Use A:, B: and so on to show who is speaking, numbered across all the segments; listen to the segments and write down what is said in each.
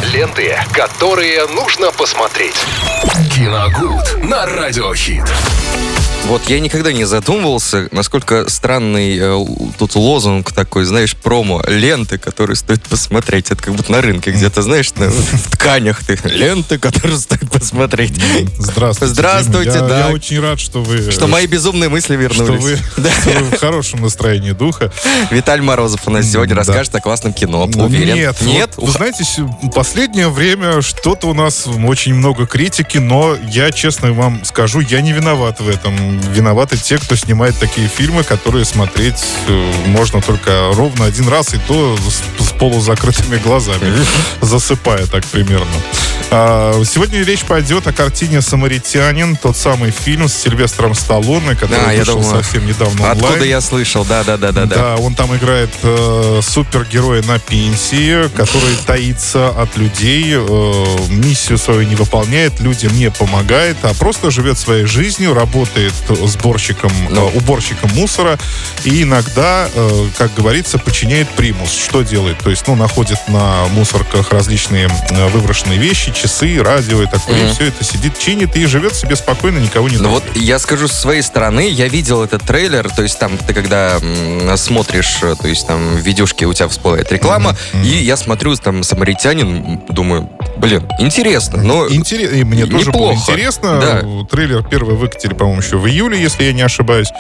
A: Ленты, которые нужно посмотреть. Киногуд на Радиохит.
B: Вот я никогда не задумывался, насколько странный тут лозунг такой, знаешь, промо. Ленты, которые стоит посмотреть. Это как будто на рынке где-то, знаешь, в тканях ты. Ленты, которые стоит посмотреть.
C: Здравствуйте.
B: Здравствуйте,
C: Дима.
B: да.
C: Я очень рад, что вы...
B: Что мои безумные мысли вернулись.
C: Что вы в хорошем настроении духа.
B: Виталий Морозов у нас сегодня расскажет о классном кино. Уверен.
C: Нет? Вы знаете, в последнее время что-то у нас очень много критики, но я, честно вам скажу, я не виноват в этом. Виноваты те, кто снимает такие фильмы, которые смотреть можно только ровно один раз, и то с полузакрытыми глазами, засыпая так примерно. Сегодня речь пойдет о картине «Самаритянин», тот самый фильм с Сильвестром Сталлоне, который вышел совсем недавно онлайн.
B: Откуда я слышал, да.
C: Да, он там играет супергероя на пенсии, который таится от людей, миссию свою не выполняет, людям не помогает, а просто живет своей жизнью, работает уборщиком мусора и иногда, как говорится, подчиняет примус. Что делает? То есть, находит на мусорках различные выброшенные вещи, часы, радио и такое, и все это сидит, чинит и живет себе спокойно, никого не трогает.
B: Вот я скажу со своей стороны, я видел этот трейлер, то есть там ты когда смотришь, то есть там в видюшке у тебя всплывает реклама, и я смотрю там «Самаритянин», думаю, интересно, но
C: и мне тоже
B: неплохо.
C: Было интересно.
B: Да.
C: Трейлер первый выкатили, по-моему, еще в июле, если я не ошибаюсь.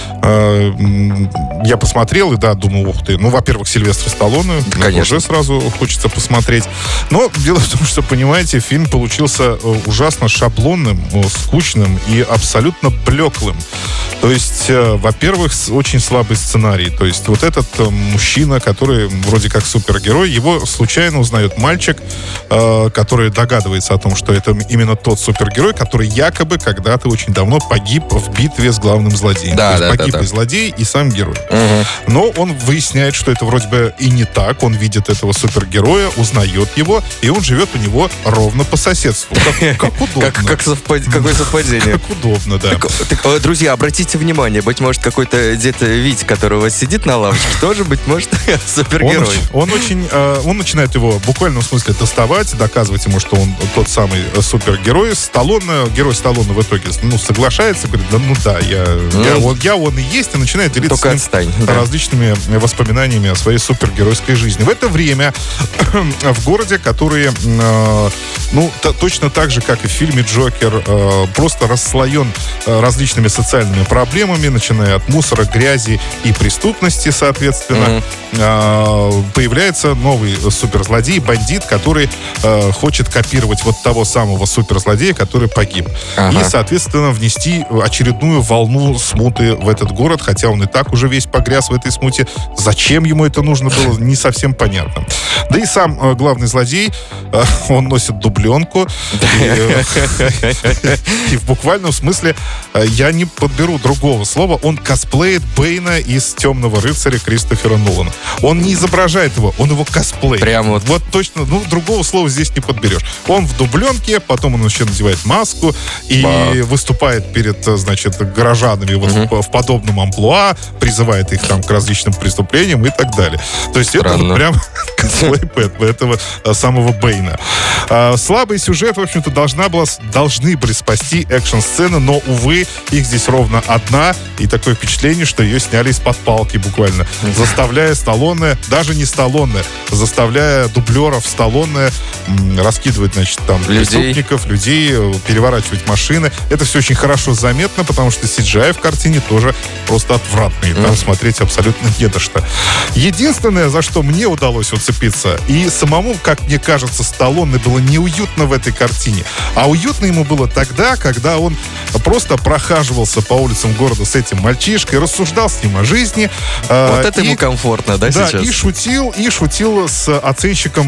C: Я посмотрел и, думаю, ух ты. Во-первых, Сильвестр Сталлоне.
B: Конечно.
C: Уже сразу хочется посмотреть. Но дело в том, что, понимаете, фильм получился ужасно шаблонным, скучным и абсолютно блеклым. То есть, во-первых, очень слабый сценарий. То есть, вот этот мужчина, который вроде как супергерой, его случайно узнает мальчик, который догадывается о том, что это именно тот супергерой, который якобы когда-то очень давно погиб в битве с главным злодеем. То есть погиб и злодей, и сам герой. Но он выясняет, что это вроде бы и не так. Он видит этого супергероя, узнает его, и он живет у него ровно по соседству. Как удобно.
B: Какое совпадение.
C: Как удобно, да.
B: Так, друзья, обратите внимание, быть может, какой-то дед Витя, который у вас сидит на лавочке, тоже, быть может, супергерой.
C: Он начинает его в буквальном смысле доставать, доказывать ему, что он тот самый супергерой. Герой Сталлоне в итоге соглашается, говорит, я он и есть, и начинает делиться с ним различными воспоминаниями о своей супергеройской жизни. В это время в городе, который, точно так же, как и в фильме «Джокер», просто расслоен различными социальными проблемами, начиная от мусора, грязи и преступности, соответственно, появляется новый суперзлодей, бандит, который хочет копировать вот того самого суперзлодея, который погиб. И, соответственно, внести очередную волну смуты в этот город, хотя он и так уже весь погряз в этой смуте. Зачем ему это нужно было, не совсем понятно. Да и сам главный злодей, он носит дубленку. И в буквальном смысле, я не подберу другого слова, он косплеит Бэйна из «Темного рыцаря» Кристофера Нолана. Он не изображает его, он его косплеит.
B: Прямо
C: вот точно, другого слова здесь не подберешь. Он в дубленке, потом он еще надевает маску и выступает перед, горожанами в подобном амплуа, призывает их там к различным преступлениям и так далее. То есть это прям косплей этого самого Бэйна. Слабый сюжет, в общем-то, должны были спасти экшн-сцены, но, увы, их здесь ровно одна, и такое впечатление, что ее сняли из-под палки буквально, заставляя Сталлоне, даже не Сталлоне, заставляя дублеров Сталлоне раскидывать, преступников, людей, переворачивать машины. Это все очень хорошо заметно, потому что CGI в картине тоже просто отвратный. Там смотреть абсолютно не на что. Единственное, за что мне удалось уцепиться, и самому, как мне кажется, Сталлоне было неуютно в этой картине. А уютно ему было тогда, когда он просто прохаживался по улицам города с этим мальчишкой, рассуждал с ним о жизни.
B: Вот это ему комфортно, да, сейчас?
C: Да, и шутил с оценщиком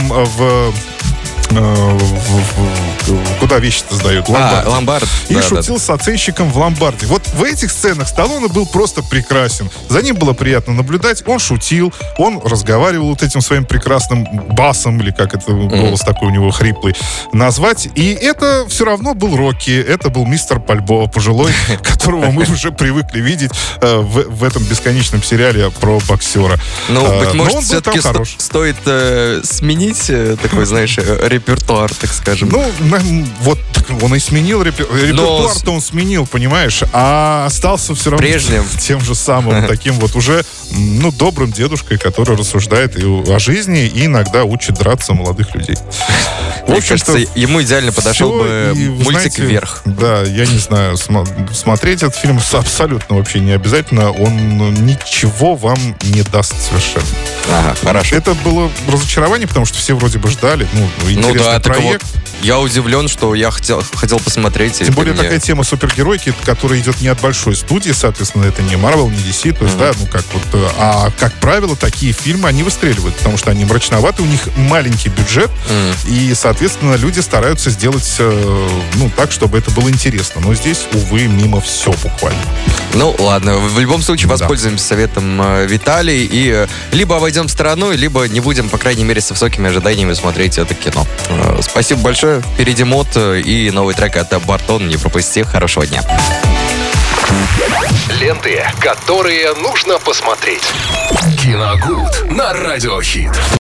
C: куда вещи-то сдают?
B: Ломбард.
C: И шутил с оценщиком в ломбарде. Вот в этих сценах Сталлоне был просто прекрасен. За ним было приятно наблюдать. Он шутил, он разговаривал вот этим своим прекрасным басом, или как это голос такой у него хриплый назвать. И это все равно был Рокки. Это был мистер Бальбоа пожилой, которого мы уже привыкли видеть в этом бесконечном сериале про боксера.
B: Быть может, все-таки стоит сменить такой, знаешь, репертуар, так скажем.
C: Ну, вот он и сменил репертуар-то он сменил, понимаешь, а остался все равно
B: прежним,
C: тем же самым, таким вот уже, ну, добрым дедушкой, который рассуждает и о жизни, и иногда учит драться молодых людей.
B: Мне кажется, ему идеально подошел бы мультик «Вверх».
C: Да, я не знаю, смотреть этот фильм абсолютно вообще не обязательно, он ничего вам не даст совершенно.
B: Ага, хорошо.
C: Это было разочарование, потому что все вроде бы ждали, интересный проект.
B: Вот я удивлен, что я хотел посмотреть.
C: Тем более такая тема супергеройки, которая идет не от большой студии, соответственно, это не Marvel, не DC, то есть, а как правило, такие фильмы, они выстреливают, потому что они мрачноваты, у них маленький бюджет, и, соответственно, люди стараются сделать, так, чтобы это было интересно. Но здесь, увы, мимо все буквально.
B: Ну, ладно, в любом случае воспользуемся советом Виталий и либо обойдем стороной, либо не будем, по крайней мере, с высокими ожиданиями смотреть это кино. Спасибо большое. Впереди мод и новый трек от Бартон. Не пропусти. Хорошего дня.
A: Ленты, которые нужно посмотреть. Киногуд на Радиохит.